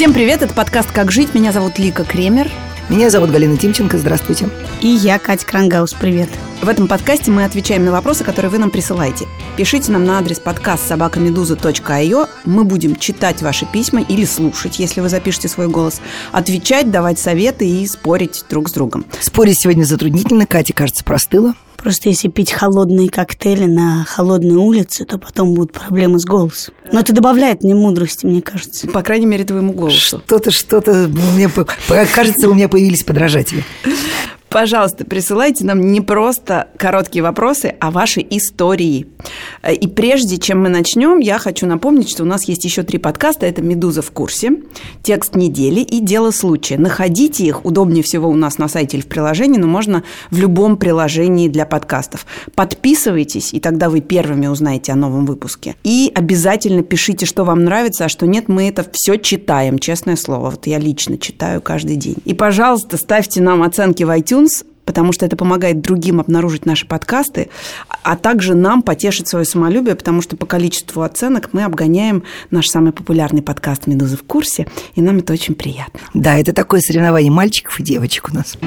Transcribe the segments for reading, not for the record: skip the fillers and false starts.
Всем привет, это подкаст «Как жить». Меня зовут Лика Кремер. Меня зовут Галина Тимченко, здравствуйте. И я, Катя Крангаус, привет. В этом подкасте мы отвечаем на вопросы, которые вы нам присылаете. Пишите нам на адрес podcast@meduza.io. Мы будем читать ваши письма или слушать, если вы запишете свой голос, отвечать, давать советы и спорить друг с другом. Спорить сегодня затруднительно, Катя, кажется, простыла. Просто если пить холодные коктейли на холодной улице, то потом будут проблемы с голосом. Но это добавляет мне мудрости, мне кажется. По крайней мере, твоему голосу. Что-то, мне кажется, у меня появились подражатели. Пожалуйста, присылайте нам не просто короткие вопросы, а ваши истории. И прежде чем мы начнем, я хочу напомнить, что у нас есть еще 3 подкаста. Это «Медуза в курсе», «Текст недели» и «Дело случая». Находите их, удобнее всего у нас на сайте или в приложении, но можно в любом приложении для подкастов. Подписывайтесь, и тогда вы первыми узнаете о новом выпуске. И обязательно пишите, что вам нравится, а что нет. Мы это все читаем, честное слово. Вот я лично читаю каждый день. И, пожалуйста, ставьте нам оценки в iTunes, потому что это помогает другим обнаружить наши подкасты, а также нам потешить свое самолюбие, потому что по количеству оценок мы обгоняем наш самый популярный подкаст «Медуза в курсе», и нам это очень приятно. Да, это такое соревнование мальчиков и девочек у нас.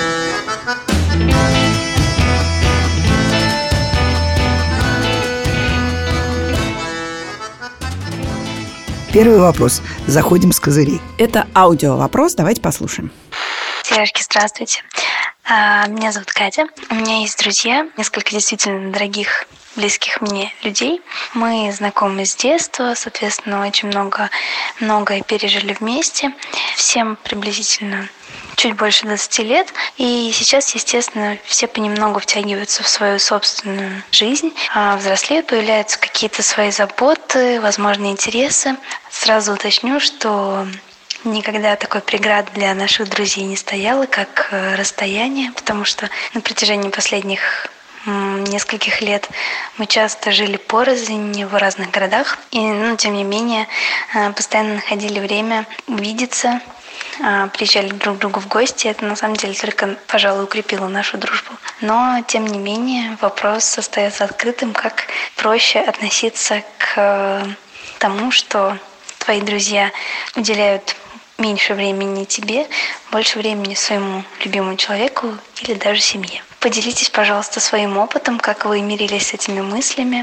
Первый вопрос. Заходим с козырей. Это аудиовопрос, давайте послушаем. Девушки, здравствуйте. Меня зовут Катя. У меня есть друзья, несколько действительно дорогих, близких мне людей. Мы знакомы с детства, соответственно, очень многое пережили вместе. Всем приблизительно чуть больше 20 лет. И сейчас, естественно, все понемногу втягиваются в свою собственную жизнь, взрослеют, появляются какие-то свои заботы, возможные интересы. Сразу уточню, что никогда такой преграды для наших друзей не стояло, как расстояние, потому что на протяжении последних нескольких лет мы часто жили порознь в разных городах, и, тем не менее, постоянно находили время увидеться, приезжали друг к другу в гости. Это, на самом деле, только, пожалуй, укрепило нашу дружбу. Но, тем не менее, вопрос остается открытым, как проще относиться к тому, что твои друзья уделяют меньше времени тебе, больше времени своему любимому человеку или даже семье. Поделитесь, пожалуйста, своим опытом, как вы мирились с этими мыслями,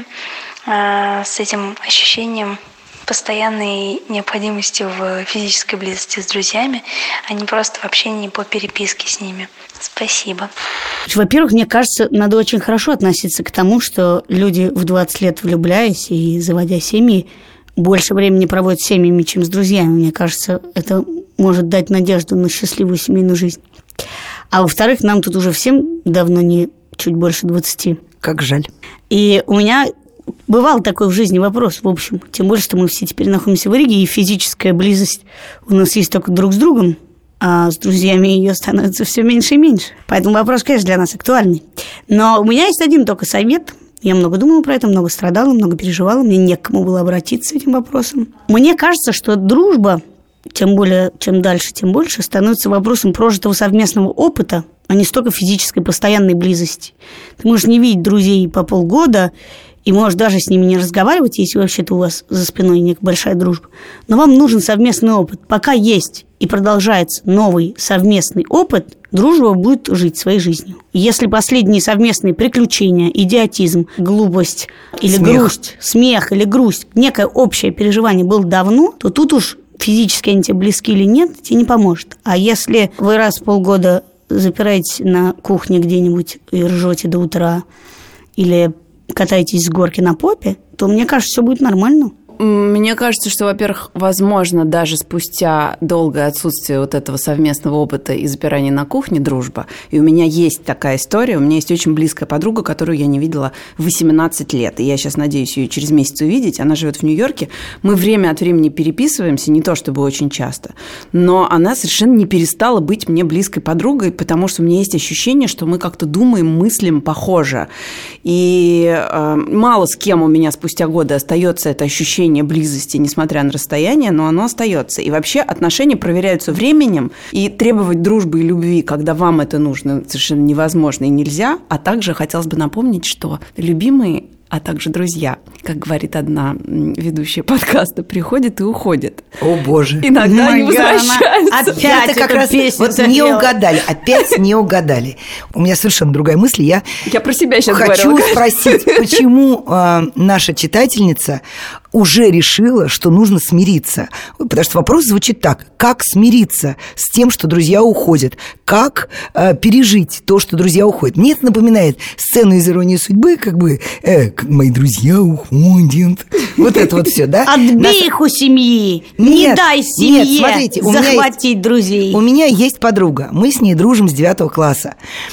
с этим ощущением постоянной необходимости в физической близости с друзьями, а не просто в общении по переписке с ними. Спасибо. Во-первых, мне кажется, надо очень хорошо относиться к тому, что люди в 20 лет, влюбляясь и заводя семьи, больше времени проводят с семьями, чем с друзьями. Мне кажется, это может дать надежду на счастливую семейную жизнь. А во-вторых, нам тут уже всем давно не чуть больше 20. Как жаль. И у меня бывал такой в жизни вопрос, в общем. Тем более, что мы все теперь находимся в Риге, и физическая близость у нас есть только друг с другом, а с друзьями ее становится все меньше и меньше. Поэтому вопрос, конечно, для нас актуальный. Но у меня есть один только совет. Я много думала про это, много страдала, много переживала. Мне не к кому было обратиться с этим вопросом. Мне кажется, что дружба, тем более, чем дальше, тем больше, становится вопросом прожитого совместного опыта, а не столько физической постоянной близости. Ты можешь не видеть друзей по полгода, и можешь даже с ними не разговаривать, если вообще-то у вас за спиной некая большая дружба. Но вам нужен совместный опыт. Пока есть и продолжается новый совместный опыт, дружба будет жить своей жизнью. Если последние совместные приключения, идиотизм, глупость или грусть, смех или грусть, некое общее переживание было давно, то тут уж физически они тебе близки или нет, тебе не поможет. А если вы раз в полгода запираетесь на кухне где-нибудь и ржете до утра, или катаетесь с горки на попе, то, мне кажется, все будет нормально. Мне кажется, что, во-первых, возможно, даже спустя долгое отсутствие вот этого совместного опыта и запирания на кухне дружба. И у меня есть такая история. У меня есть очень близкая подруга, которую я не видела 18 лет. И я сейчас надеюсь ее через месяц увидеть. Она живет в Нью-Йорке. Мы время от времени переписываемся, не то чтобы очень часто. Но она совершенно не перестала быть мне близкой подругой, потому что у меня есть ощущение, что мы как-то думаем, мыслим похоже. И мало с кем у меня спустя годы остается это ощущение близости, несмотря на расстояние, но оно остается. И вообще отношения проверяются временем, и требовать дружбы и любви, когда вам это нужно, совершенно невозможно и нельзя. А также хотелось бы напомнить, что любимый а также друзья. Как говорит одна ведущая подкаста, приходят и уходят. О, Боже. Иногда они возвращаются. Опять это как раз вот не угадали. Опять не угадали. У меня совершенно другая мысль. Я про себя сейчас хочу спросить, почему наша читательница уже решила, что нужно смириться. Потому что вопрос звучит так. Как смириться с тем, что друзья уходят? Как пережить то, что друзья уходят? Мне это напоминает сцену из «Иронии судьбы», как бы «Мои друзья уходят». Вот это вот все, да? Отбей их у семьи. Не дай семье захватить друзей. У меня есть подруга. Мы с ней дружим с 9 класса.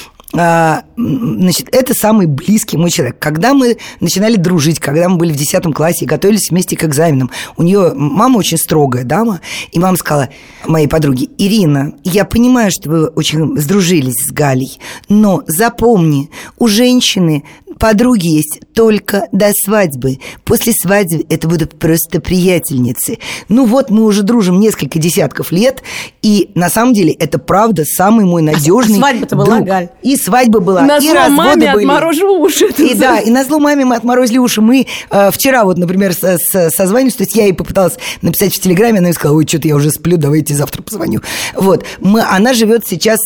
Значит, это самый близкий мой человек. Когда мы начинали дружить, когда мы были в 10 классе и готовились вместе к экзаменам, у нее мама очень строгая дама, и мама сказала моей подруге: Ирина, я понимаю, что вы очень сдружились с Галей, но запомни, у женщины подруги есть только до свадьбы. После свадьбы это будут просто приятельницы. Ну вот, мы уже дружим несколько десятков лет, и на самом деле это правда самый мой надежный свадьба-то была, Галь. И свадьба была, и разводы были. На зло маме отморожу уши. И на зло маме мы отморозили уши. Мы вчера вот, например, созванивались, то есть я ей попыталась написать в Телеграме, она мне сказала: ой, что-то я уже сплю, давайте завтра позвоню. Вот. Она живет сейчас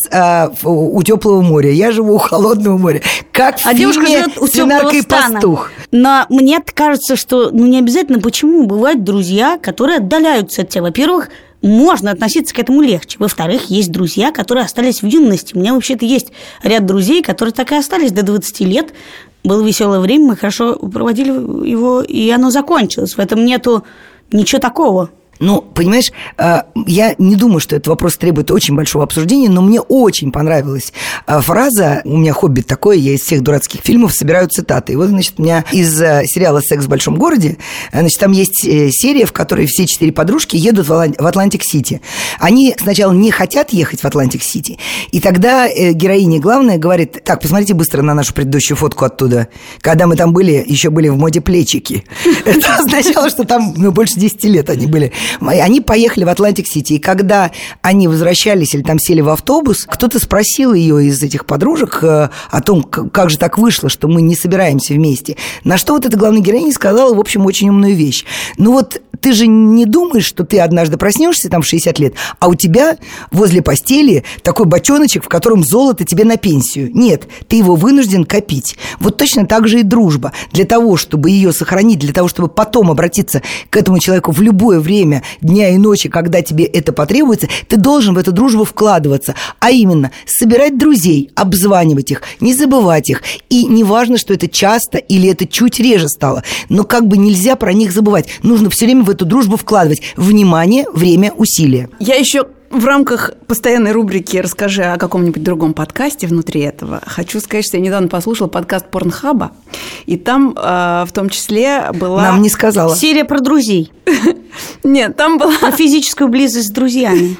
у теплого моря, я живу у холодного моря. Как в фильме «Свинарка и пастух». Но мне кажется, что не обязательно. Почему бывают друзья, которые отдаляются от тебя? Во-первых, можно относиться к этому легче. Во-вторых, есть друзья, которые остались в юности. У меня вообще-то есть ряд друзей, которые так и остались до 20 лет. Было веселое время, мы хорошо проводили его, и оно закончилось. В этом нету ничего такого. Ну, понимаешь, я не думаю, что этот вопрос требует очень большого обсуждения, но мне очень понравилась фраза. У меня хобби такое, я из всех дурацких фильмов собираю цитаты. И вот, значит, у меня из сериала «Секс в большом городе», значит, там есть серия, в которой все 4 подружки едут в Атлантик-Сити. Они сначала не хотят ехать в Атлантик-Сити, и тогда героиня главная говорит: так, посмотрите быстро на нашу предыдущую фотку оттуда. Когда мы там были, еще были в моде плечики. Это означало, что там больше 10 лет они были. Они поехали в Атлантик-Сити, и когда они возвращались или там сели в автобус, кто-то спросил ее из этих подружек о том, как же так вышло, что мы не собираемся вместе. На что вот эта главная героиня сказала, в общем, очень умную вещь. Ну вот ты же не думаешь, что ты однажды проснешься там в 60 лет, а у тебя возле постели такой бочоночек, в котором золото тебе на пенсию. Нет, ты его вынужден копить. Вот точно так же и дружба. Для того, чтобы ее сохранить, для того, чтобы потом обратиться к этому человеку в любое время дня и ночи, когда тебе это потребуется, ты должен в эту дружбу вкладываться. А именно, собирать друзей, обзванивать их, не забывать их. И не важно, что это часто или это чуть реже стало, но как бы нельзя про них забывать. Нужно все время в эту дружбу вкладывать внимание, время, усилия. Я еще в рамках постоянной рубрики «Расскажи о каком-нибудь другом подкасте» внутри этого хочу сказать, что я недавно послушала подкаст Порнхаба, и там в том числе была... Нам не сказала. Серия про друзей. Нет, там была... Про физическую близость с друзьями.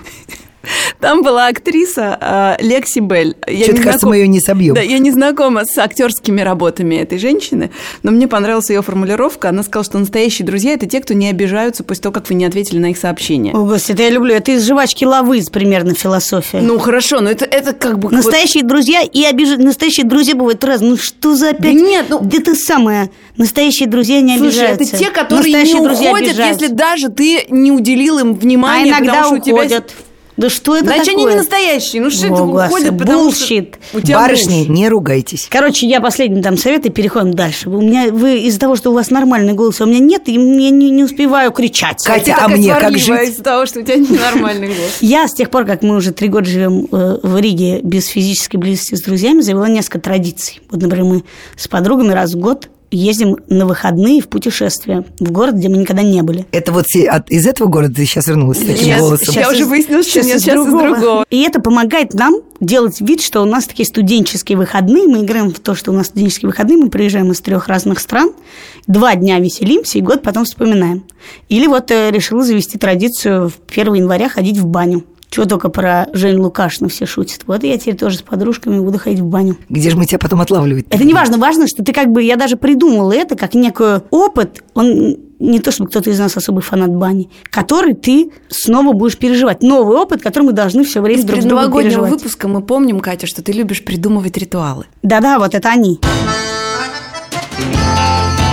Там была актриса Лекси Белль. Что-то, кажется, мы ее не собьем. Да, я не знакома с актерскими работами этой женщины, но мне понравилась ее формулировка. Она сказала, что настоящие друзья – это те, кто не обижаются после того, как вы не ответили на их сообщение. О, Господи, это я люблю. Это из жвачки Лавыз примерно философия. Ну, хорошо, но это как бы... Настоящие друзья и настоящие друзья бывают разные. Ну, что за опять? Да нет, ну... Да ты самая. Настоящие друзья не обижаются. Слушай, это те, которые не уходят, если даже ты не уделил им внимания, а иногда потому что уходят. У тебя... Да что это Значит, такое? они не настоящие. Ну, что это уходит, потому что у тебя барышни, не ругайтесь. Короче, я последний дам совет, и переходим дальше. Вы из-за того, что у вас нормальный голос, а у меня нет, и я не успеваю кричать. Катя, а мне как жить? Из-за того, что у тебя ненормальный голос. Я с тех пор, как мы уже 3 года живем в Риге без физической близости с друзьями, завела несколько традиций. Вот, например, мы с подругами раз в год ездим на выходные в путешествие в город, где мы никогда не были. Это вот из этого города ты сейчас вернулась с таким голосом? Я уже выяснила, что нет, сейчас из другого. И это помогает нам делать вид, что у нас такие студенческие выходные. Мы играем в то, что у нас студенческие выходные. Мы приезжаем из 3 разных стран, 2 дня веселимся, и год потом вспоминаем. Или вот решила завести традицию в 1 января ходить в баню. Чего только про Женю Лукашину все шутят. Вот я теперь тоже с подружками буду ходить в баню. Где же мы тебя потом отлавливать? Это не важно. Важно, что ты я даже придумала это как некий опыт. Он не то, чтобы кто-то из нас особый фанат бани, который ты снова будешь переживать. Новый опыт, который мы должны все время друг с другом переживать. Из предновогоднего выпуска мы помним, Катя, что ты любишь придумывать ритуалы. Да-да, вот это они.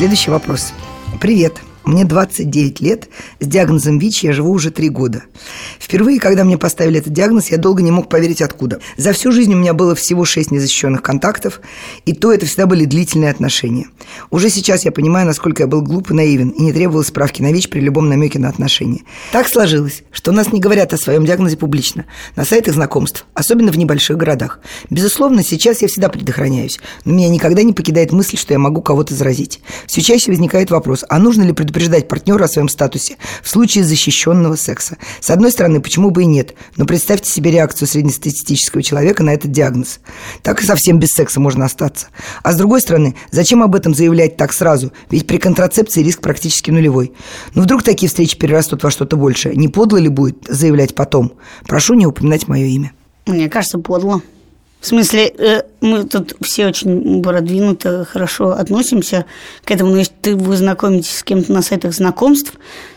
Следующий вопрос. Привет. Мне 29 лет, с диагнозом ВИЧ я живу уже 3 года. Впервые, когда мне поставили этот диагноз, я долго не мог поверить, откуда. За всю жизнь у меня было всего 6 незащищенных контактов, и то это всегда были длительные отношения. Уже сейчас я понимаю, насколько я был глуп и наивен, и не требовал справки на ВИЧ при любом намеке на отношения. Так сложилось, что у нас не говорят о своем диагнозе публично, на сайтах знакомств, особенно в небольших городах. Безусловно, сейчас я всегда предохраняюсь, но меня никогда не покидает мысль, что я могу кого-то заразить. Все чаще возникает вопрос, а нужно ли предупреждать партнера о своем статусе в случае защищенного секса? С одной стороны, почему бы и нет, но представьте себе реакцию среднестатистического человека на этот диагноз. Так и совсем без секса можно остаться. А с другой стороны, зачем об этом заявлять так сразу? Ведь при контрацепции риск практически нулевой. Но вдруг такие встречи перерастут во что-то большее. Не подло ли будет заявлять потом? Прошу не упоминать мое имя. Мне кажется, подло. В смысле, мы тут все очень продвинуто, хорошо относимся к этому. Но если вы знакомитесь с кем-то на сайтах знакомств,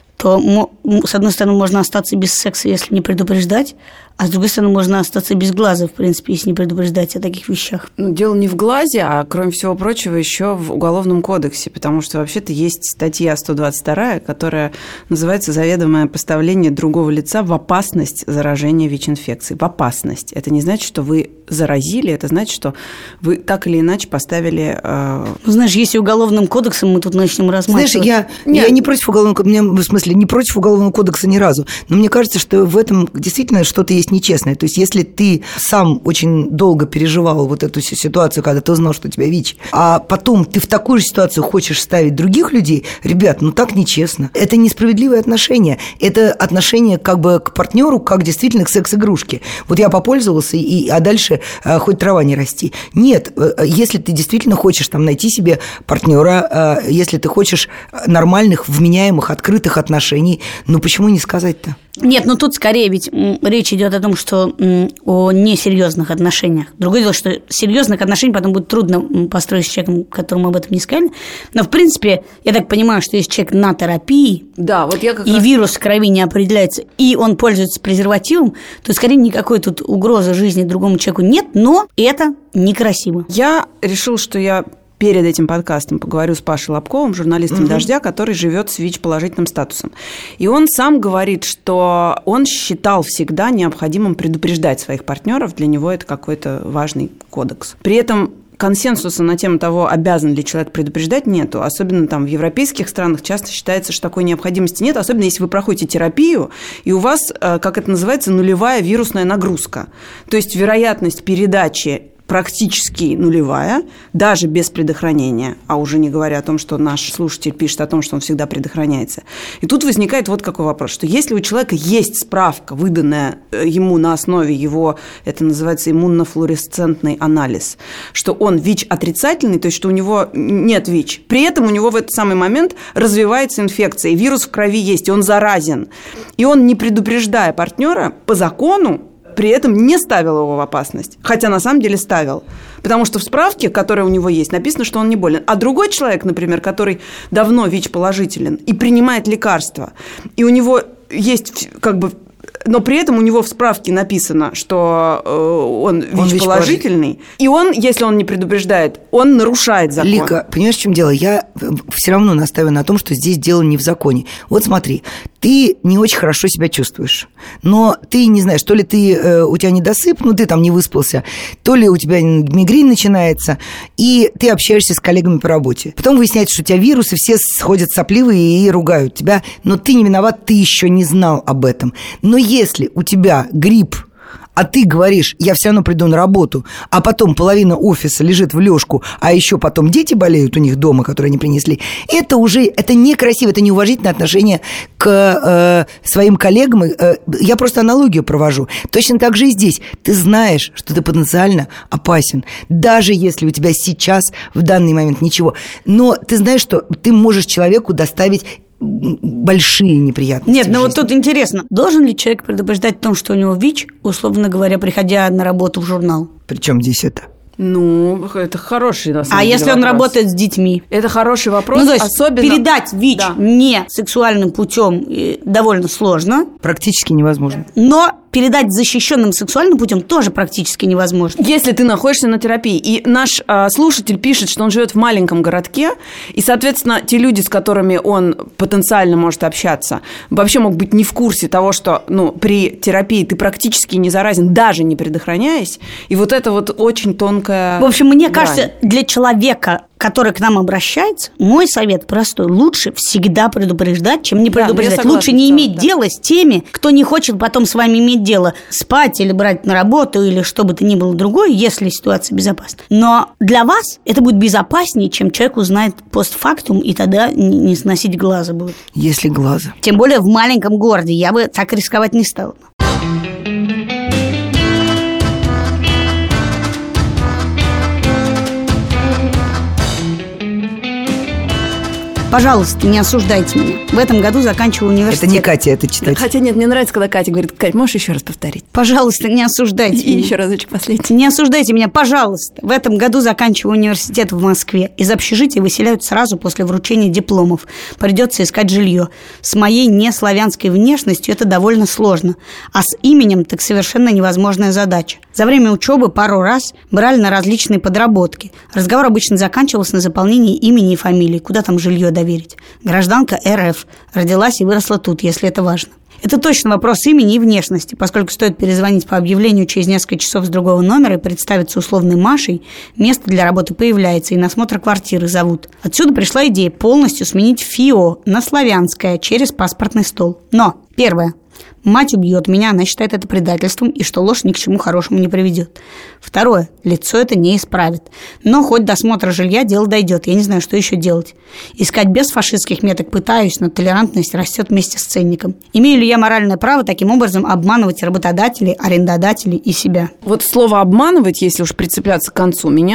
то, с одной стороны, можно остаться без секса, если не предупреждать, а с другой стороны, можно остаться без глаза, в принципе, если не предупреждать о таких вещах. Дело не в глазе, а, кроме всего прочего, еще в Уголовном кодексе, потому что вообще-то есть статья 122, которая называется «Заведомое поставление другого лица в опасность заражения ВИЧ-инфекцией». В опасность. Это не значит, что вы заразили, это значит, что вы так или иначе поставили... Знаешь, если Уголовным кодексом мы тут начнем рассматривать... Знаешь, я не против Уголовного кодекса, в смысле, не против Уголовного кодекса ни разу, но мне кажется, что в этом действительно что-то есть нечестное. То есть, если ты сам очень долго переживал вот эту ситуацию, когда ты узнал, что у тебя ВИЧ, а потом ты в такую же ситуацию хочешь ставить других людей, ребят, так нечестно. Это несправедливое отношение. Это отношение как бы к партнеру, как действительно к секс-игрушке. Вот я попользовался, а дальше хоть трава не расти. Нет, если ты действительно хочешь там найти себе партнера, если ты хочешь нормальных, вменяемых, открытых отношений, почему не сказать-то? Нет, тут скорее ведь речь идет о том, что о несерьезных отношениях. Другое дело, что серьезных отношений потом будет трудно построить с человеком, которому об этом не сказали. Но, в принципе, я так понимаю, что если человек на терапии, да, вот я как и вирус в крови не определяется, и он пользуется презервативом, то скорее никакой тут угрозы жизни другому человеку нет, но это некрасиво. Я решил, что я перед этим подкастом поговорю с Пашей Лобковым, журналистом «Дождя», который живет с ВИЧ-положительным статусом. И он сам говорит, что он считал всегда необходимым предупреждать своих партнеров. Для него это какой-то важный кодекс. При этом консенсуса на тему того, обязан ли человек предупреждать, нету. Особенно там в европейских странах часто считается, что такой необходимости нет, особенно если вы проходите терапию, и у вас, как это называется, нулевая вирусная нагрузка. То есть вероятность передачи практически нулевая, даже без предохранения, а уже не говоря о том, что наш слушатель пишет о том, что он всегда предохраняется. И тут возникает вот какой вопрос, что если у человека есть справка, выданная ему на основе его, это называется иммунофлуоресцентный анализ, что он ВИЧ отрицательный, то есть что у него нет ВИЧ, при этом у него в этот самый момент развивается инфекция, и вирус в крови есть, и он заразен, и он, не предупреждая партнера, по закону, при этом не ставил его в опасность, хотя на самом деле ставил, потому что в справке, которая у него есть, написано, что он не болен. А другой человек, например, который давно ВИЧ-положителен и принимает лекарства, и у него есть как бы... Но при этом у него в справке написано, что он ВИЧ-положительный, и он, если он не предупреждает, он нарушает закон. Лика, понимаешь, в чем дело? Я все равно настаиваю на том, что здесь дело не в законе. Вот смотри, ты не очень хорошо себя чувствуешь, но ты не знаешь, то ли у тебя недосып, ты там не выспался, то ли у тебя мигрень начинается, и ты общаешься с коллегами по работе. Потом выясняется, что у тебя вирус, и все сходят сопливые и ругают тебя, но ты не виноват, ты еще не знал об этом. Но если у тебя грипп, а ты говоришь, я все равно приду на работу, а потом половина офиса лежит в лёжку, а еще потом дети болеют у них дома, которые они принесли, это некрасиво, это неуважительное отношение к своим коллегам. Я просто аналогию провожу. Точно так же и здесь. Ты знаешь, что ты потенциально опасен, даже если у тебя сейчас в данный момент ничего. Но ты знаешь, что ты можешь человеку доставить большие неприятности. Нет, вот тут интересно, должен ли человек предупреждать о том, что у него ВИЧ, условно говоря, приходя на работу в журнал? Причем здесь это? Это хороший, на самом деле, если вопрос. Он работает с детьми? Это хороший вопрос. То есть особенно... передать ВИЧ не сексуальным путем довольно сложно. Практически невозможно. Но передать защищенным сексуальным путем тоже практически невозможно. Если ты находишься на терапии, и наш слушатель пишет, что он живет в маленьком городке, и, соответственно, те люди, с которыми он потенциально может общаться, вообще могут быть не в курсе того, что при терапии ты практически не заразен, даже не предохраняясь, и вот это вот очень тонкая В общем, мне грань. кажется, для человека, который к нам обращается, мой совет простой: лучше всегда предупреждать, чем не предупреждать. согласна, Лучше не иметь да. дела с теми, кто не хочет потом с вами иметь дело, спать или брать на работу, или что бы то ни было другое, если ситуация безопасна. Но для вас это будет безопаснее, чем человек узнает постфактум, и тогда не сносить глаза будет. Если глаза. Тем более в маленьком городе. Я бы так рисковать не стала. Пожалуйста, не осуждайте меня. В этом году заканчиваю университет. Это не Катя это читает. Хотя нет, мне нравится, когда Катя говорит: Кать, можешь еще раз повторить? Пожалуйста, не осуждайте И меня. еще разочек последний. Не осуждайте меня, пожалуйста. В этом году заканчиваю университет в Москве. Из общежития выселяют сразу после вручения дипломов. Придется искать жилье. С моей неславянской внешностью это довольно сложно. А с именем так совершенно невозможная задача. За время учебы пару раз брали на различные подработки. Разговор обычно заканчивался на заполнении имени и фамилии. Куда там жилье доверить? Гражданка РФ. Родилась и выросла тут, если это важно. Это точно вопрос имени и внешности, поскольку стоит перезвонить по объявлению через несколько часов с другого номера и представиться условной Машей, место для работы появляется, и на осмотр квартиры зовут. Отсюда пришла идея полностью сменить ФИО на славянское через паспортный стол. Но, первое. Мать убьет меня, она считает это предательством, и что ложь ни к чему хорошему не приведет. Второе. Лицо это не исправит. Но хоть до осмотра жилья дело дойдет. Я не знаю, что еще делать. Искать без фашистских меток пытаюсь, но толерантность растет вместе с ценником. Имею ли я моральное право таким образом обманывать работодателей, арендодателей и себя? Вот слово «обманывать», если уж прицепляться к концу, мне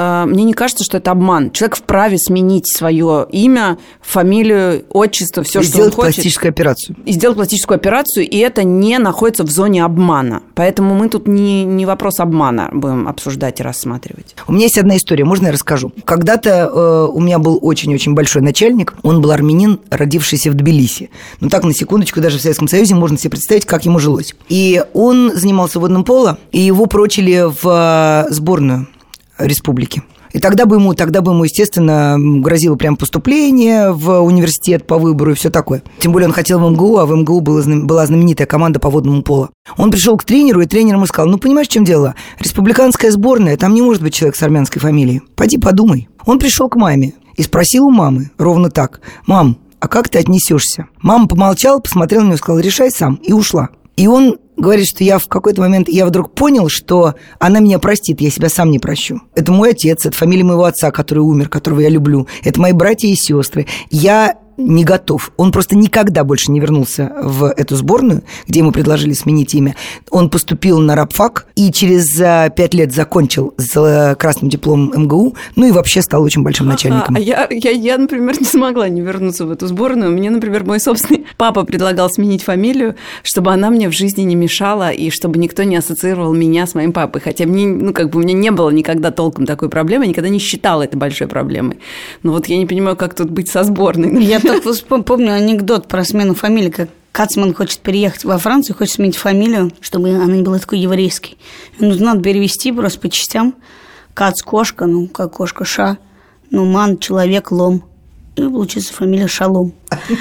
не кажется, что это обман. Человек вправе сменить свое имя, фамилию, отчество, все, что он хочет. Сделать пластическую операцию. И сделать пластическую операцию, и это не находится в зоне обмана. Поэтому мы тут не вопрос обмана будем обсуждать и рассматривать. У меня есть одна история, можно я расскажу? Когда-то у меня был очень-очень большой начальник, он был армянин, родившийся в Тбилиси. Ну так, на секундочку, даже в Советском Союзе можно себе представить, как ему жилось. И он занимался водным поло, и его прочили в сборную республики. И тогда бы ему, естественно, грозило прям поступление в университет по выбору и все такое. Тем более он хотел в МГУ, а в МГУ была знаменитая команда по водному поло. Он пришел к тренеру, и тренер ему сказал: понимаешь, в чем дело? Республиканская сборная, там не может быть человек с армянской фамилией. Пойди подумай. Он пришел к маме и спросил у мамы ровно так: мам, а как ты отнесешься? Мама помолчала, посмотрела на него и сказала: решай сам, и ушла. И он говорит, что я в какой-то момент, я вдруг понял, что она меня простит, я себя сам не прощу. Это мой отец, это фамилия моего отца, который умер, которого я люблю. Это мои братья и сестры. Я не готов. Он просто никогда больше не вернулся в эту сборную, где ему предложили сменить имя. Он поступил на рабфак и через 5 лет закончил с красным дипломом МГУ, ну и вообще стал очень большим начальником. Я, например, не смогла не вернуться в эту сборную. Мне, например, мой собственный папа предлагал сменить фамилию, чтобы она мне в жизни не мешала и чтобы никто не ассоциировал меня с моим папой. Хотя мне, у меня не было никогда толком такой проблемы, я никогда не считала это большой проблемой. Но вот я не понимаю, как тут быть со сборной. Я только помню анекдот про смену фамилии, как Кацман хочет переехать во Францию, хочет сменить фамилию, чтобы она не была такой еврейской. Надо перевести просто по частям. Кац – кошка, как кошка Ша. Ман – человек, лом. И получится фамилия Шалом.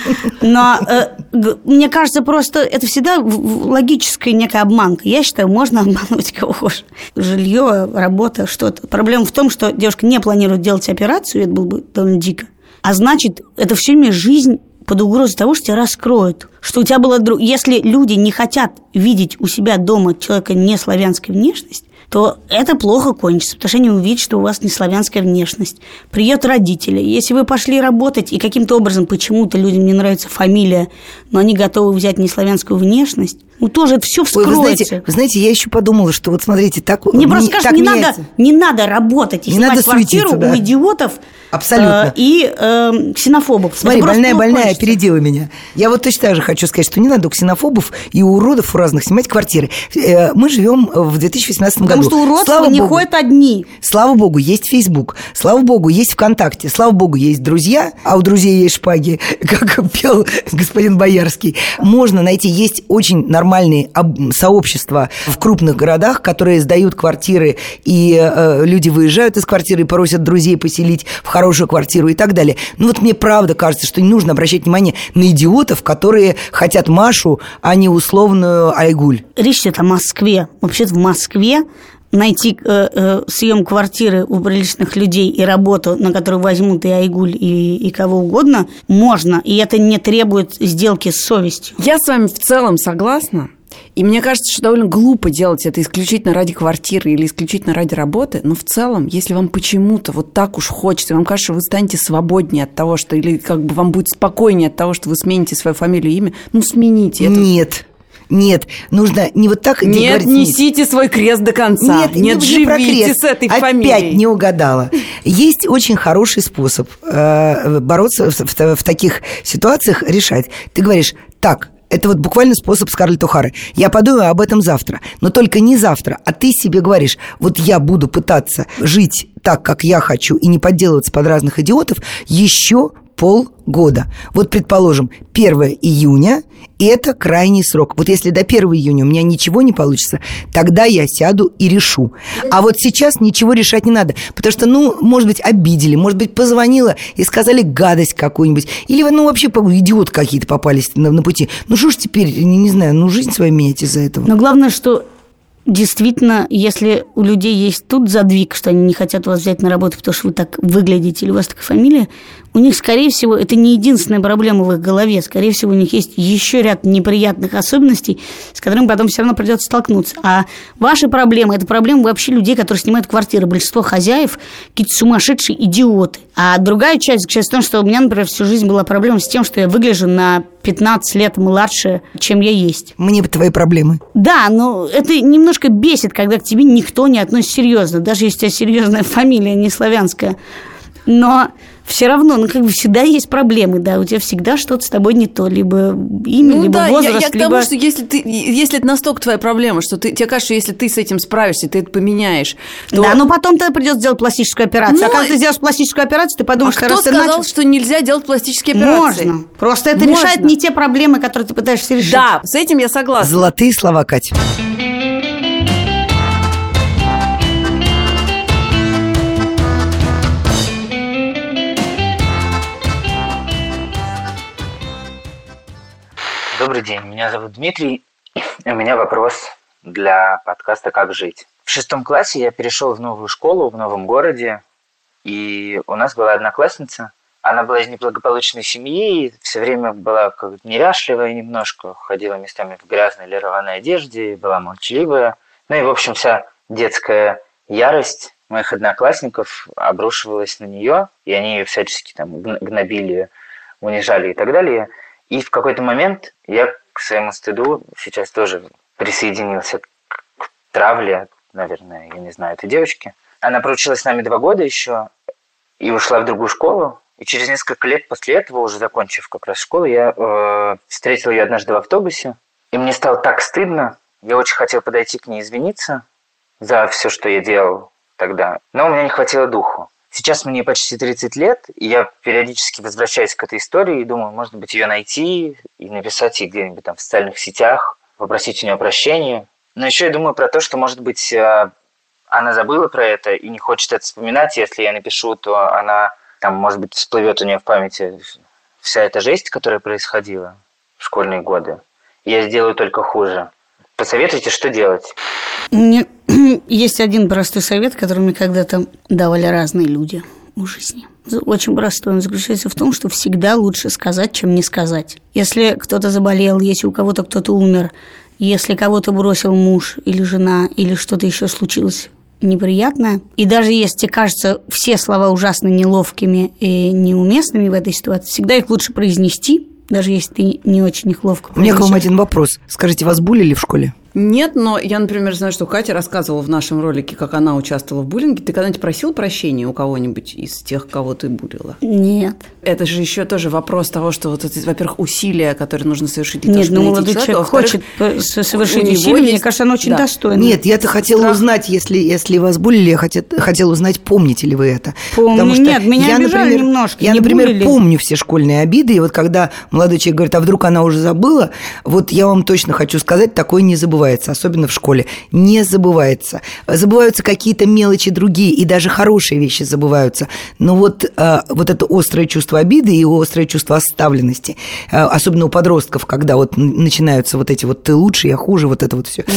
Но мне кажется, просто это всегда логическая некая обманка. Я считаю, можно обманывать кого хочешь. Жилье, работа, что-то. Проблема в том, что девушка не планирует делать операцию, это было бы довольно дико. А значит, это все время жизнь под угрозой того, что тебя раскроют. Что у тебя было... Если люди не хотят видеть у себя дома человека неславянской внешности, то это плохо кончится, потому что они увидят, что у вас не славянская внешность. Приедут родители. Если вы пошли работать, и каким-то образом почему-то людям не нравится фамилия, но они готовы взять неславянскую внешность, тоже это все вскроется. Вы знаете, я еще подумала, что вот смотрите, так мне просто кажется, не надо работать и снимать квартиру у идиотов. Абсолютно. И ксенофобов. Смотри, больная опередила меня. Я вот точно так же хочу сказать, что не надо у ксенофобов и у уродов у разных снимать квартиры. Мы живем в 2018 году. Потому что уродства не ходят одни. Слава богу, есть Facebook. Слава богу, есть ВКонтакте. Слава богу, есть друзья, а у друзей есть шпаги, как пел господин Боярский. Можно найти, есть очень нормальные нормальные сообщества в крупных городах, которые сдают квартиры, и люди выезжают из квартиры и просят друзей поселить в хорошую квартиру и так далее. Ну вот мне правда кажется, что не нужно обращать внимание на идиотов, которые хотят Машу, а не условную Айгуль. Речь идет о Москве. Вообще-то в Москве найти съем квартиры у приличных людей и работу, на которую возьмут и Айгуль, и кого угодно, можно, и это не требует сделки с совестью. Я с вами в целом согласна. И мне кажется, что довольно глупо делать это исключительно ради квартиры или исключительно ради работы. Но в целом, если вам почему-то вот так уж хочется, вам кажется, что вы станете свободнее от того, что... Или как бы вам будет спокойнее от того, что вы смените свою фамилию и имя, ну, смените это. Нет, нужно не вот так говорить. Нет, несите свой крест до конца. Нет, живите с этой фамилией. Опять не угадала. Есть очень хороший способ бороться в таких ситуациях, решать. Ты говоришь, так, это вот буквально способ Скарлетт О'Хары. Я подумаю об этом завтра. Но только не завтра, а ты себе говоришь, вот я буду пытаться жить так, как я хочу, и не подделываться под разных идиотов еще полгода. Вот, предположим, 1 июня – это крайний срок. Вот если до 1 июня у меня ничего не получится, тогда я сяду и решу. А вот сейчас ничего решать не надо, потому что, может быть, обидели, может быть, позвонила и сказали гадость какую-нибудь. Или, вообще идиоты какие-то попались на пути. Что ж теперь, не знаю, жизнь свою менять из-за этого. Но главное, что... Действительно, если у людей есть тут задвиг, что они не хотят вас взять на работу, потому что вы так выглядите или у вас такая фамилия, у них, скорее всего, это не единственная проблема в их голове. Скорее всего, у них есть еще ряд неприятных особенностей, с которыми потом все равно придется столкнуться. А ваши проблемы – это проблемы вообще людей, которые снимают квартиры. Большинство хозяев – какие-то сумасшедшие идиоты. А другая часть заключается в том, что у меня, например, всю жизнь была проблема с тем, что я выгляжу на 15 лет младше, чем я есть. Мне бы твои проблемы. Да, но это немножко бесит, когда к тебе никто не относится серьезно. Даже если у тебя серьезная фамилия, не славянская. Но все равно, всегда есть проблемы, да, у тебя всегда что-то с тобой не то, либо имя, либо возраст, я к тому, что если это настолько твоя проблема, что тебе кажется, что если ты с этим справишься, ты это поменяешь, то... Да, но потом тебе придется делать пластическую операцию. А когда ты сделаешь пластическую операцию, ты подумаешь, что раз ты начал... Кто сказал, что нельзя делать пластические операции? Можно. Просто это решает не те проблемы, которые ты пытаешься решить. Да, с этим я согласна. Золотые слова, Катя. Добрый день, меня зовут Дмитрий, и у меня вопрос для подкаста «Как жить». В 6 классе я перешел в новую школу в новом городе, и у нас была одноклассница. Она была из неблагополучной семьи, все время была как-то неряшливая немножко, ходила местами в грязной или рваной одежде, была молчаливая. И, в общем, вся детская ярость моих одноклассников обрушивалась на нее, и они ее всячески гнобили, унижали и так далее. И в какой-то момент я к своему стыду сейчас тоже присоединился к травле, наверное, я не знаю, этой девочки. Она проучилась с нами 2 года еще и ушла в другую школу. И через несколько лет после этого, уже закончив как раз школу, я встретил ее однажды в автобусе. И мне стало так стыдно. Я очень хотел подойти к ней извиниться за все, что я делал тогда. Но у меня не хватило духу. Сейчас мне почти 30 лет, и я периодически возвращаюсь к этой истории и думаю, может быть, ее найти и написать ей где-нибудь в социальных сетях, попросить у нее прощения. Но еще я думаю про то, что, может быть, она забыла про это и не хочет это вспоминать. Если я напишу, то она, может быть, всплывет у нее в памяти вся эта жесть, которая происходила в школьные годы. И я сделаю только хуже. Посоветуйте, что делать? У меня есть один простой совет, который мне когда-то давали разные люди в жизни. Очень простой. Он заключается в том, что всегда лучше сказать, чем не сказать. Если кто-то заболел, если у кого-то кто-то умер, если кого-то бросил муж или жена, или что-то еще случилось неприятное, и даже если тебе кажется все слова ужасно неловкими и неуместными в этой ситуации, всегда их лучше произнести, даже если ты не очень их ловко произнесешь. У меня к вам один вопрос. Скажите, вас булили в школе? Нет, но я, например, знаю, что Катя рассказывала в нашем ролике, как она участвовала в буллинге. Ты когда-нибудь просил прощения у кого-нибудь из тех, кого ты буллила? Нет. Это же еще тоже вопрос того, что вот это, во-первых, усилия, которые нужно совершить для того, чтобы найти молодой человек хочет совершить усилие, мне кажется, оно очень достойно. Нет, я-то хотела узнать, если вас буллили, я хотела узнать, помните ли вы это. Помню, что нет, меня обижали немножко. Я, например, помню все школьные обиды, и вот когда молодой человек говорит, а вдруг она уже забыла, вот я вам точно хочу сказать, такое не забывается, особенно в школе. Не забывается. Забываются какие-то мелочи другие, и даже хорошие вещи забываются. Но вот это острое чувство обиды и острое чувство оставленности, особенно у подростков, когда вот начинаются вот эти вот «ты лучше, я хуже», вот это вот все,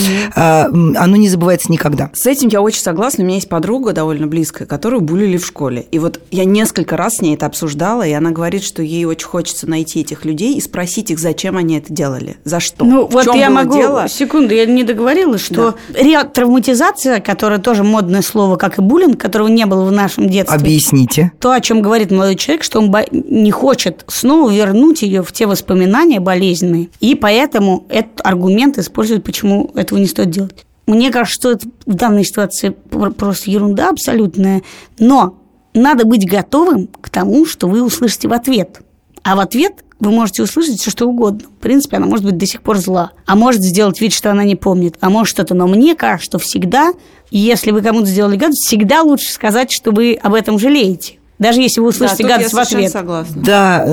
оно не забывается никогда. С этим я очень согласна. У меня есть подруга довольно близкая, которую буллили в школе. И вот я несколько раз с ней это обсуждала, и она говорит, что ей очень хочется найти этих людей и спросить их, зачем они это делали, за что. Ну, вот я могу... Секунду, я не договорила, что ретравматизация, которая тоже модное слово, как и буллинг, которого не было в нашем детстве. Объясните. То, о чем говорит молодой человек, что он не хочет снова вернуть ее в те воспоминания болезненные. И поэтому этот аргумент используют, почему этого не стоит делать. Мне кажется, что это в данной ситуации просто ерунда абсолютная. Но надо быть готовым к тому, что вы услышите в ответ. А в ответ вы можете услышать все, что угодно. В принципе, она может быть до сих пор зла. А может сделать вид, что она не помнит. А может что-то. Но мне кажется, что всегда, если вы кому-то сделали гадость, всегда лучше сказать, что вы об этом жалеете. Даже если вы услышите гадость в ответ. Согласна. Да,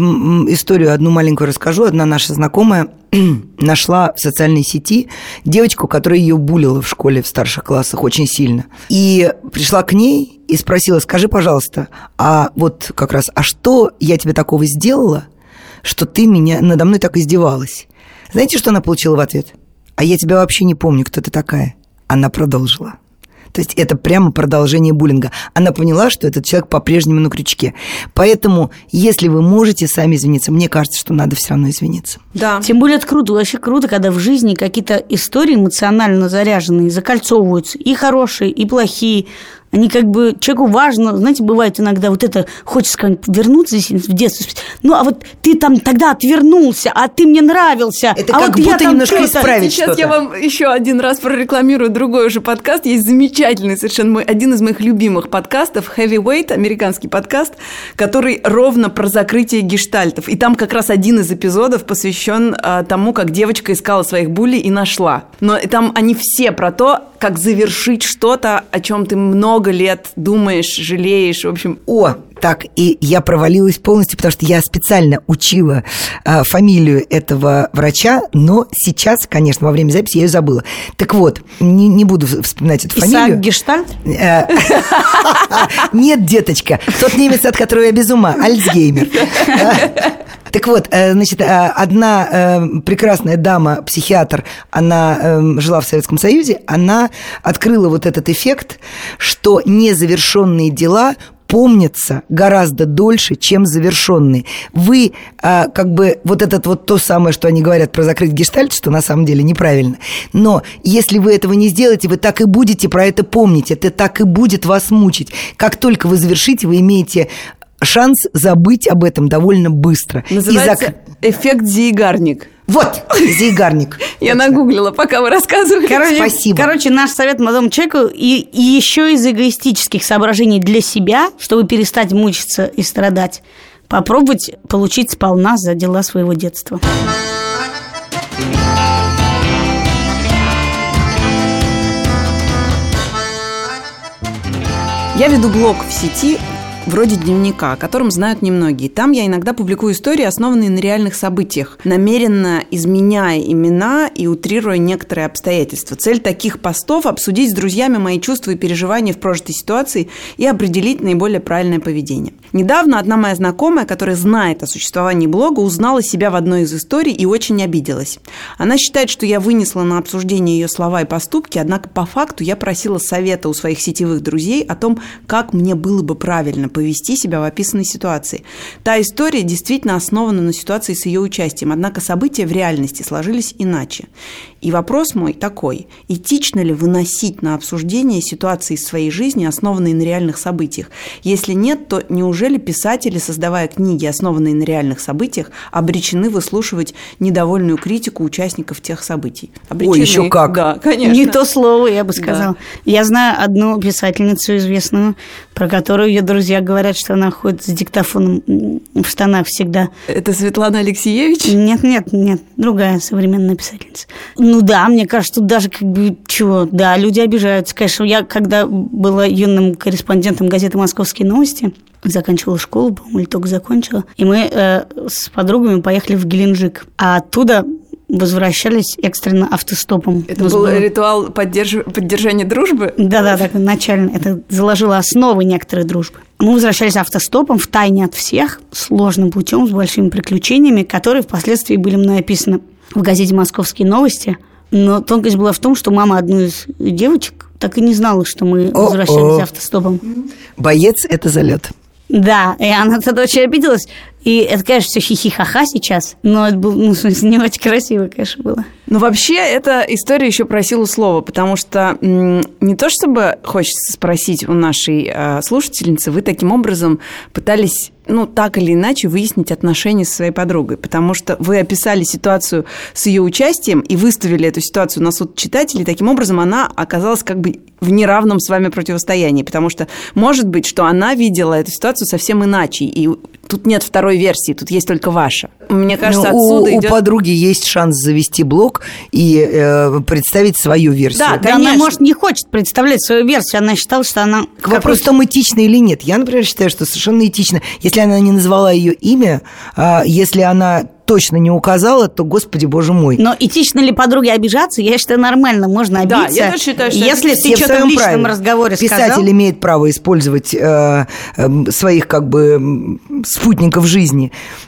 историю одну маленькую расскажу. Одна наша знакомая нашла в социальной сети девочку, которая ее буллила в школе в старших классах очень сильно. И пришла к ней и спросила, скажи, пожалуйста, а вот как раз, а что я тебе такого сделала, что ты надо мной так издевалась? Знаете, что она получила в ответ? А я тебя вообще не помню, кто ты такая. Она продолжила. То есть это прямо продолжение буллинга. Она поняла, что этот человек по-прежнему на крючке. Поэтому, если вы можете сами извиниться, мне кажется, что надо все равно извиниться. Да. Тем более это круто, вообще круто, когда в жизни какие-то истории эмоционально заряженные закольцовываются, и хорошие, и плохие. Они как бы человеку важно, знаете, бывает иногда вот это, хочется как-нибудь вернуться здесь в детство, ну, а вот ты там тогда отвернулся, а ты мне нравился. Это а как вот будто немножко исправить Сейчас что-то. я вам еще один раз прорекламирую другой уже подкаст. Есть замечательный совершенно один из моих любимых подкастов Heavyweight, американский подкаст, который ровно про закрытие гештальтов. И там как раз один из эпизодов посвящен тому, как девочка искала своих булли и нашла. Но там они все про то, как завершить что-то, о чем ты много лет думаешь, жалеешь, в общем. Так, и я провалилась полностью, потому что я специально учила фамилию этого врача, но сейчас, конечно, во время записи я ее забыла. Так вот, не буду вспоминать эту фамилию. Исаак Гештальт? Нет, деточка, тот немец, от которого я без ума, Альцгеймер. Так вот, значит, одна прекрасная дама, психиатр, она жила в Советском Союзе, она открыла вот этот эффект, что незавершенные дела помнятся гораздо дольше, чем завершенные. Вы как бы вот это вот то самое, что они говорят про закрыть гештальт, что на самом деле неправильно. Но если вы этого не сделаете, вы так и будете про это помнить. Это так и будет вас мучить. Как только вы завершите, вы имеете шанс забыть об этом довольно быстро. Называется эффект Зейгарник. Вот, Зейгарник. Я нагуглила, пока вы рассказывали. Спасибо. Короче, наш совет молодому человеку и еще из эгоистических соображений для себя, чтобы перестать мучиться и страдать, попробовать получить сполна за дела своего детства. Я веду блог в сети вроде дневника, о котором знают немногие. Там я иногда публикую истории, основанные на реальных событиях, намеренно изменяя имена и утрируя некоторые обстоятельства. Цель таких постов – обсудить с друзьями мои чувства и переживания в прожитой ситуации и определить наиболее правильное поведение. Недавно одна моя знакомая, которая знает о существовании блога, узнала себя в одной из историй и очень обиделась. Она считает, что я вынесла на обсуждение ее слова и поступки, однако по факту я просила совета у своих сетевых друзей о том, как мне было бы правильно повести себя в описанной ситуации. Та история действительно основана на ситуации с ее участием, однако события в реальности сложились иначе. И вопрос мой такой: этично ли выносить на обсуждение ситуации из своей жизни, основанные на реальных событиях? Если нет, то неужели писатели, создавая книги, основанные на реальных событиях, обречены выслушивать недовольную критику участников тех событий? Ой, еще как! Да, конечно. Не то слово, я бы сказала. Да. Я знаю одну писательницу известную, про которую ее друзья говорят, что она ходит с диктофоном в штанах всегда. Это Светлана Алексеевич? Нет, другая современная писательница. Ну да, мне кажется, тут даже да, люди обижаются. Конечно, я когда была юным корреспондентом газеты «Московские новости», заканчивала школу, по-моему, или только закончила, и мы с подругами поехали в Геленджик, а оттуда возвращались экстренно автостопом. Это был ритуал поддержания дружбы? Да, так начально. Это заложило основы некоторой дружбы. Мы возвращались автостопом втайне от всех, сложным путем, с большими приключениями, которые впоследствии были мной описаны в газете «Московские новости». Но тонкость была в том, что мама одной из девочек так и не знала, что мы возвращались автостопом. Боец – это залет. Да, и она тогда очень обиделась. И это, конечно, все хихи-ха-ха сейчас, но это было, в смысле, не очень красиво, конечно, было. Но вообще, эта история еще про силу слова, потому что не то чтобы хочется спросить у нашей слушательницы, вы таким образом пытались, так или иначе, выяснить отношения со своей подругой, потому что вы описали ситуацию с ее участием и выставили эту ситуацию на суд читателей, таким образом она оказалась как бы в неравном с вами противостоянии, потому что, может быть, что она видела эту ситуацию совсем иначе, и тут нет второй версии, тут есть только ваша. Мне кажется, отсюда идет... У подруги есть шанс завести блог и представить свою версию. Да, она, может, не хочет представлять свою версию, она считала, что она... Вопрос в том, этично или нет. Я, например, считаю, что совершенно этично. Если она не назвала ее имя, если она точно не указала, то, господи, боже мой. Но этично ли подруге обижаться? Я считаю, нормально, можно обидеться. Да, я тоже считаю, что если ты что-то в личном разговоре сказал... Писатель имеет право использовать своих спутников жизни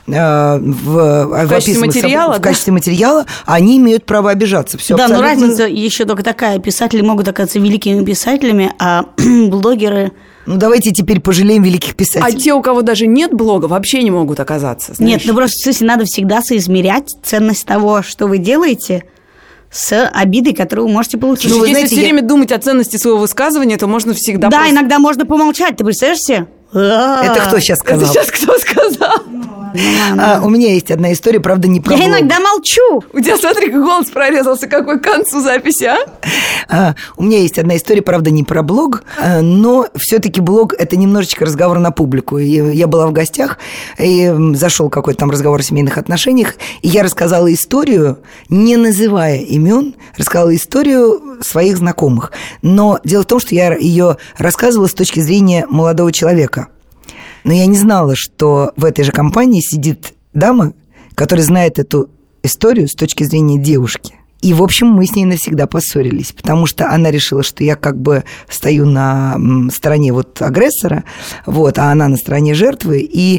в качестве материала, они имеют право обижаться. Все да, абсолютно... но разница еще только такая. Писатели могут оказаться великими писателями, а блогеры... давайте теперь пожалеем великих писателей. А те, у кого даже нет блога, вообще не могут оказаться. Знаешь? Нет, просто, в смысле, надо всегда соизмерять ценность того, что вы делаете, с обидой, которую вы можете получить. Вы знаете, все время думать о ценности своего высказывания, то можно всегда... Да, иногда можно помолчать, ты представляешь себе? Это кто сейчас сказал? Это сейчас кто сказал? У меня есть одна история, правда, не про блог. Я иногда молчу. У тебя, смотри, голос прорезался, какой к концу записи, У меня есть одна история, правда, не про блог, но все-таки блог – это немножечко разговор на публику. Я была в гостях, и зашел какой-то там разговор о семейных отношениях, и я рассказала историю, не называя имен, рассказала историю своих знакомых. Но дело в том, что я ее рассказывала с точки зрения молодого человека. Но я не знала, что в этой же компании сидит дама, которая знает эту историю с точки зрения девушки. И, в общем, мы с ней навсегда поссорились, потому что она решила, что я как бы стою на стороне агрессора, а она на стороне жертвы, и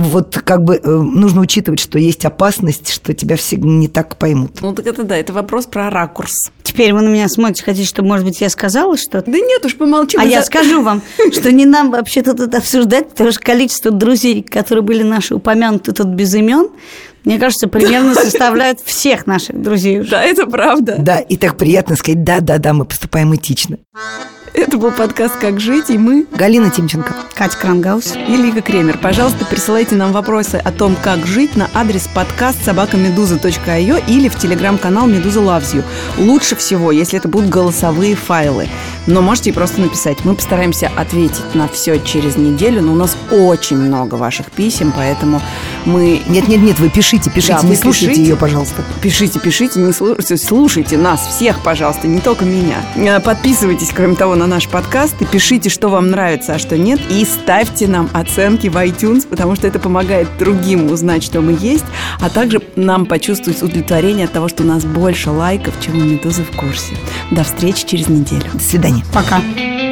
нужно учитывать, что есть опасность, что тебя все не так поймут. Так это вопрос про ракурс. Теперь вы на меня смотрите, хотите, чтобы, может быть, я сказала что-то? Да нет уж, помолчи. Я скажу вам, что не нам вообще-то тут обсуждать, потому что количество друзей, которые были наши упомянуты тут без имен, мне кажется, примерно составляют всех наших друзей уже. Да, это правда. Да, и так приятно сказать, да, мы поступаем этично. Это был подкаст «Как жить», и мы... Галина Тимченко, Катя Крангаус и Лика Кремер. Пожалуйста, присылайте нам вопросы о том, как жить, на адрес podcast@meduza.io или в телеграм-канал «Медуза Loves You». Лучше всего, если это будут голосовые файлы. Но можете и просто написать. Мы постараемся ответить на все через неделю, но у нас очень много ваших писем, поэтому мы... Нет, вы пишите, да, не слушайте ее, пожалуйста. Пишите, не слушайте нас всех, пожалуйста, не только меня. Подписывайтесь, кроме того, на наш подкаст и пишите, что вам нравится, а что нет, и ставьте нам оценки в iTunes, потому что это помогает другим узнать, что мы есть, а также нам почувствовать удовлетворение от того, что у нас больше лайков, чем у «Медузы в курсе». До встречи через неделю. До свидания. Пока.